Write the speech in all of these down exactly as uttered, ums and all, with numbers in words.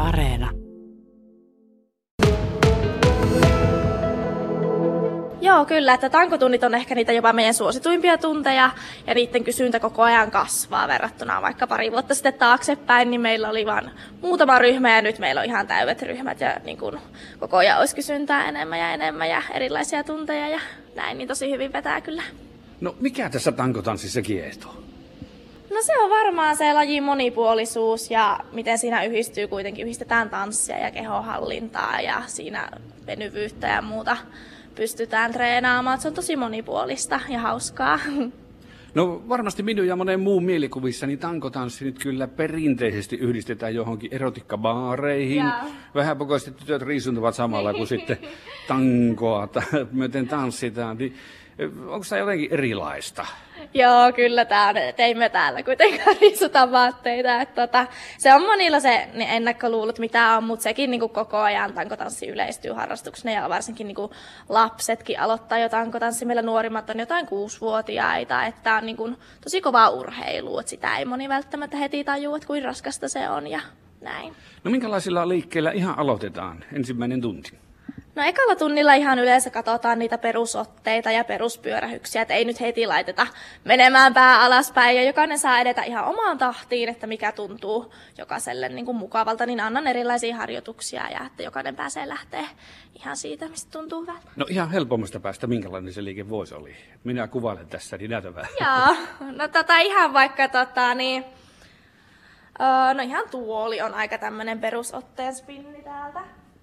Areena. Joo, kyllä, että tankotunnit on ehkä niitä jopa meidän suosituimpia tunteja ja niiden kysyntä koko ajan kasvaa verrattuna vaikka pari vuotta sitten taaksepäin, niin meillä oli vain muutama ryhmä ja nyt meillä on ihan täydet ryhmät ja niin kuin koko ajan olisi kysyntää enemmän ja enemmän ja erilaisia tunteja ja näin, niin tosi hyvin vetää kyllä. No mikä tässä tankotanssissa kiehtoo? No se on varmaan se lajin monipuolisuus ja miten siinä yhdistyy kuitenkin, yhdistetään tanssia ja kehonhallintaa ja siinä venyvyyttä ja muuta pystytään treenaamaan. Se on tosi monipuolista ja hauskaa. No varmasti minun ja monen muun mielikuvissa niin tankotanssi nyt kyllä perinteisesti yhdistetään johonkin erotikkabaareihin. Jaa. Vähäpokoiset tytöt riisuntuvat samalla kuin sitten tankoa tai myöten tanssitaan. Niin onko tämä jotenkin erilaista? Joo, kyllä tää on, teimme täällä kuitenkaan riisuta vaatteita. Että tota, se on monilla se ne ennakkoluulut, mitä on, mutta sekin niinku koko ajan tankotanssi yleistyy harrastuksena ja varsinkin niinku lapsetkin aloittaa jo tankotanssi. Meillä nuorimmat on jotain kuusivuotiaita, että on niinku tosi kovaa urheilua, että sitä ei moni välttämättä heti tajua, että kuinka raskasta se on ja näin. No minkälaisilla liikkeillä ihan aloitetaan ensimmäinen tunti? No ekalla tunnilla ihan yleensä katsotaan niitä perusotteita ja peruspyörähyksiä, että ei nyt heti laiteta menemään pää alaspäin ja jokainen saa edetä ihan omaan tahtiin, että mikä tuntuu jokaiselle niin kuin mukavalta, niin annan erilaisia harjoituksia ja että jokainen pääsee lähteä ihan siitä, mistä tuntuu hyvältä. No ihan helpommasta päästä, minkälainen se liike voisi olla? Minä kuvailen tässä, niin näytä vähän. Joo, no tota ihan vaikka tota niin, öö, no ihan tuoli on aika tämmönen perusotteen spinni täältä.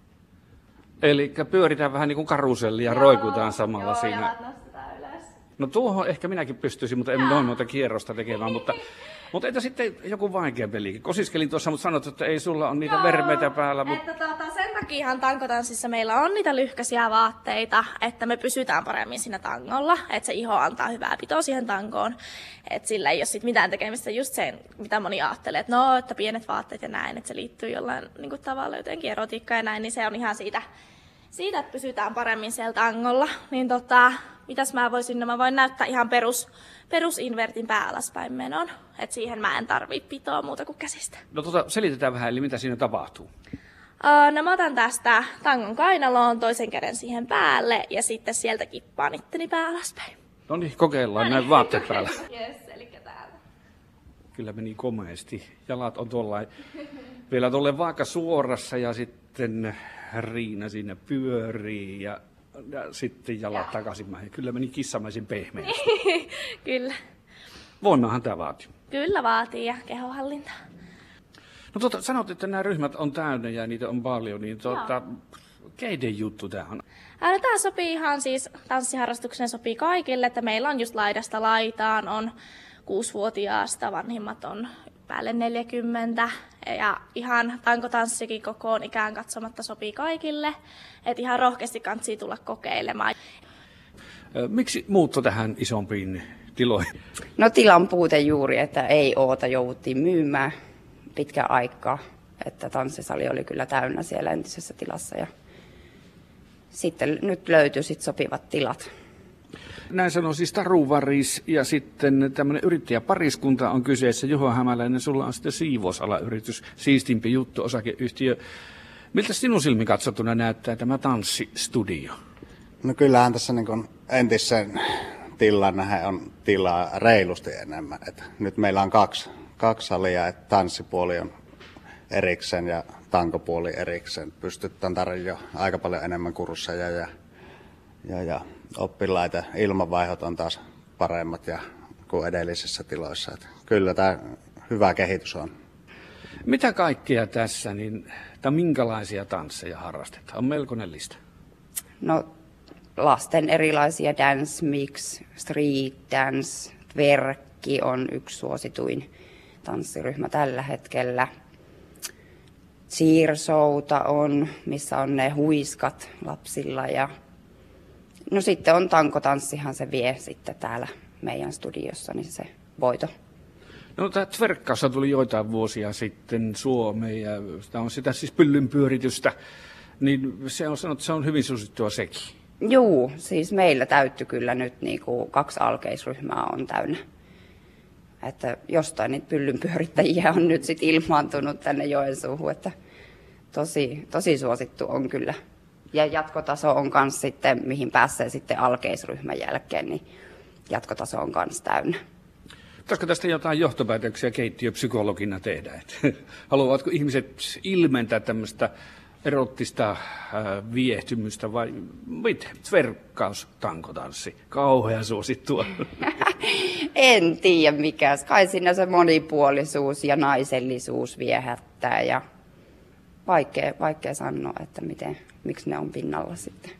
Eli pyöritään vähän niin kuin karuselli ja joo, roikutaan samalla joo, siinä. Jalat nostetaan ylös. No tuohon ehkä minäkin pystyisin, mutta en noin monta kierrosta tekemään. mutta, mutta entä sitten joku vaikea peli? Kosiskelin tuossa, mutta sanot, että ei sulla ole niitä joo, vermeitä päällä. Mutta... Että tuota, sen takiahan tankotanssissa meillä on niitä lyhkäisiä vaatteita, että me pysytään paremmin siinä tangolla. Että se iho antaa hyvää pitoa siihen tankoon. Että sillä ei ole sit mitään tekemistä just sen, mitä moni ajattelee, että no, että pienet vaatteet ja näin, että se liittyy jollain niin kuin tavalla jotenkin erotiikkaan ja näin, niin se on ihan siitä, siitä että pysytään paremmin siellä tangolla. Niin tota, mitäs mä voisin, no mä voin näyttää ihan perus, perusinvertin pää alaspäin menon. Että siihen mä en tarvii pitoa muuta kuin käsistä. No tota, selitetään vähän, eli mitä siinä tapahtuu? Uh, no mä otan tästä tangon kainaloon toisen käden siihen päälle ja sitten sieltä kippaan itteni pää alaspäin. No niin, kokeillaan näin vaatteet päällä. Yes, eli täällä. Kyllä meni komeasti. Jalat on tuolla vielä tuolle vaaka suorassa ja sitten Riina siinä pyörii ja, ja sitten jalat ja takaisinpäin. Kyllä meni kissamaisen pehmeästi. Kyllä. Voimahan tämä vaatii. Kyllä vaatii ja kehonhallinta. No tuota, sanot, että nämä ryhmät on täynnä ja niitä on paljon, niin tuota, keiden juttu tämä on? No, tämä sopii ihan siis, tanssiharrastuksena sopii kaikille, että meillä on just laidasta laitaan, on kuusivuotiaasta, vanhimmat on päälle neljäkymmentä ja ihan tankotanssikin kokoon ikään katsomatta sopii kaikille, että ihan rohkeasti kantsii tulla kokeilemaan. Miksi muutto tähän isompiin tiloihin? No tilan puute juuri, että ei oota, jouduttiin myymään pitkä aikaa, että tanssisali oli kyllä täynnä siellä entisessä tilassa ja sitten nyt löytyi sit sopivat tilat. Näin sanoo siis Taru Varis ja sitten tämmöinen yrittäjäpariskunta on kyseessä. Juho Hämäläinen, sulla on sitten siivousalayritys, Siistimpi juttu, osakeyhtiö. Miltä sinun silmin katsottuna näyttää tämä tanssistudio? No kyllähän tässä niin kuin entisen tilan nähdä on tilaa reilusti enemmän. Et nyt meillä on kaksi, kaksi salia, että tanssipuoli on erikseen ja tankopuoli erikseen. Pystytään tarjoamaan aika paljon enemmän kursseja ja, ja, ja oppilaita. Ilmanvaihot on taas paremmat ja, kuin edellisissä tiloissa. Et kyllä tämä hyvä kehitys on. Mitä kaikkea tässä, niin, tai minkälaisia tansseja harrastetaan? On melkoinen lista. No lasten erilaisia dance mix, street dance, tverkki on yksi suosituin tanssiryhmä tällä hetkellä. Cheer-showta on, missä on ne huiskat lapsilla ja no sitten on tankotanssihan se vie sitten täällä meidän studiossa, niin se voito. No tämä tverkkaussa tuli joitain vuosia sitten Suomeen ja sitä on sitä siis pyllynpyöritystä, niin se on sanottu, että se on hyvin suosittua sekin. Juu, siis meillä täytty kyllä nyt niin kuin kaksi alkeisryhmää on täynnä. Että jostain niitä pyllynpyörittäjiä on nyt sitten ilmaantunut tänne Joensuuhun, että tosi, tosi suosittu on kyllä. Ja jatkotaso on myös sitten, mihin pääsee sitten alkeisryhmän jälkeen, niin jatkotaso on myös täynnä. Pitäisikö tästä jotain johtopäätöksiä keittiöpsykologina tehdä? Että haluavatko ihmiset ilmentää tämmöistä erottista äh, viehtymystä vai miten? Tverkkaus, tankotanssi, kauhean suosittua. En tiedä mikä. Kai siinä se monipuolisuus ja naisellisuus viehättää ja vaikea, vaikea sanoa, että miten, miksi ne on pinnalla sitten.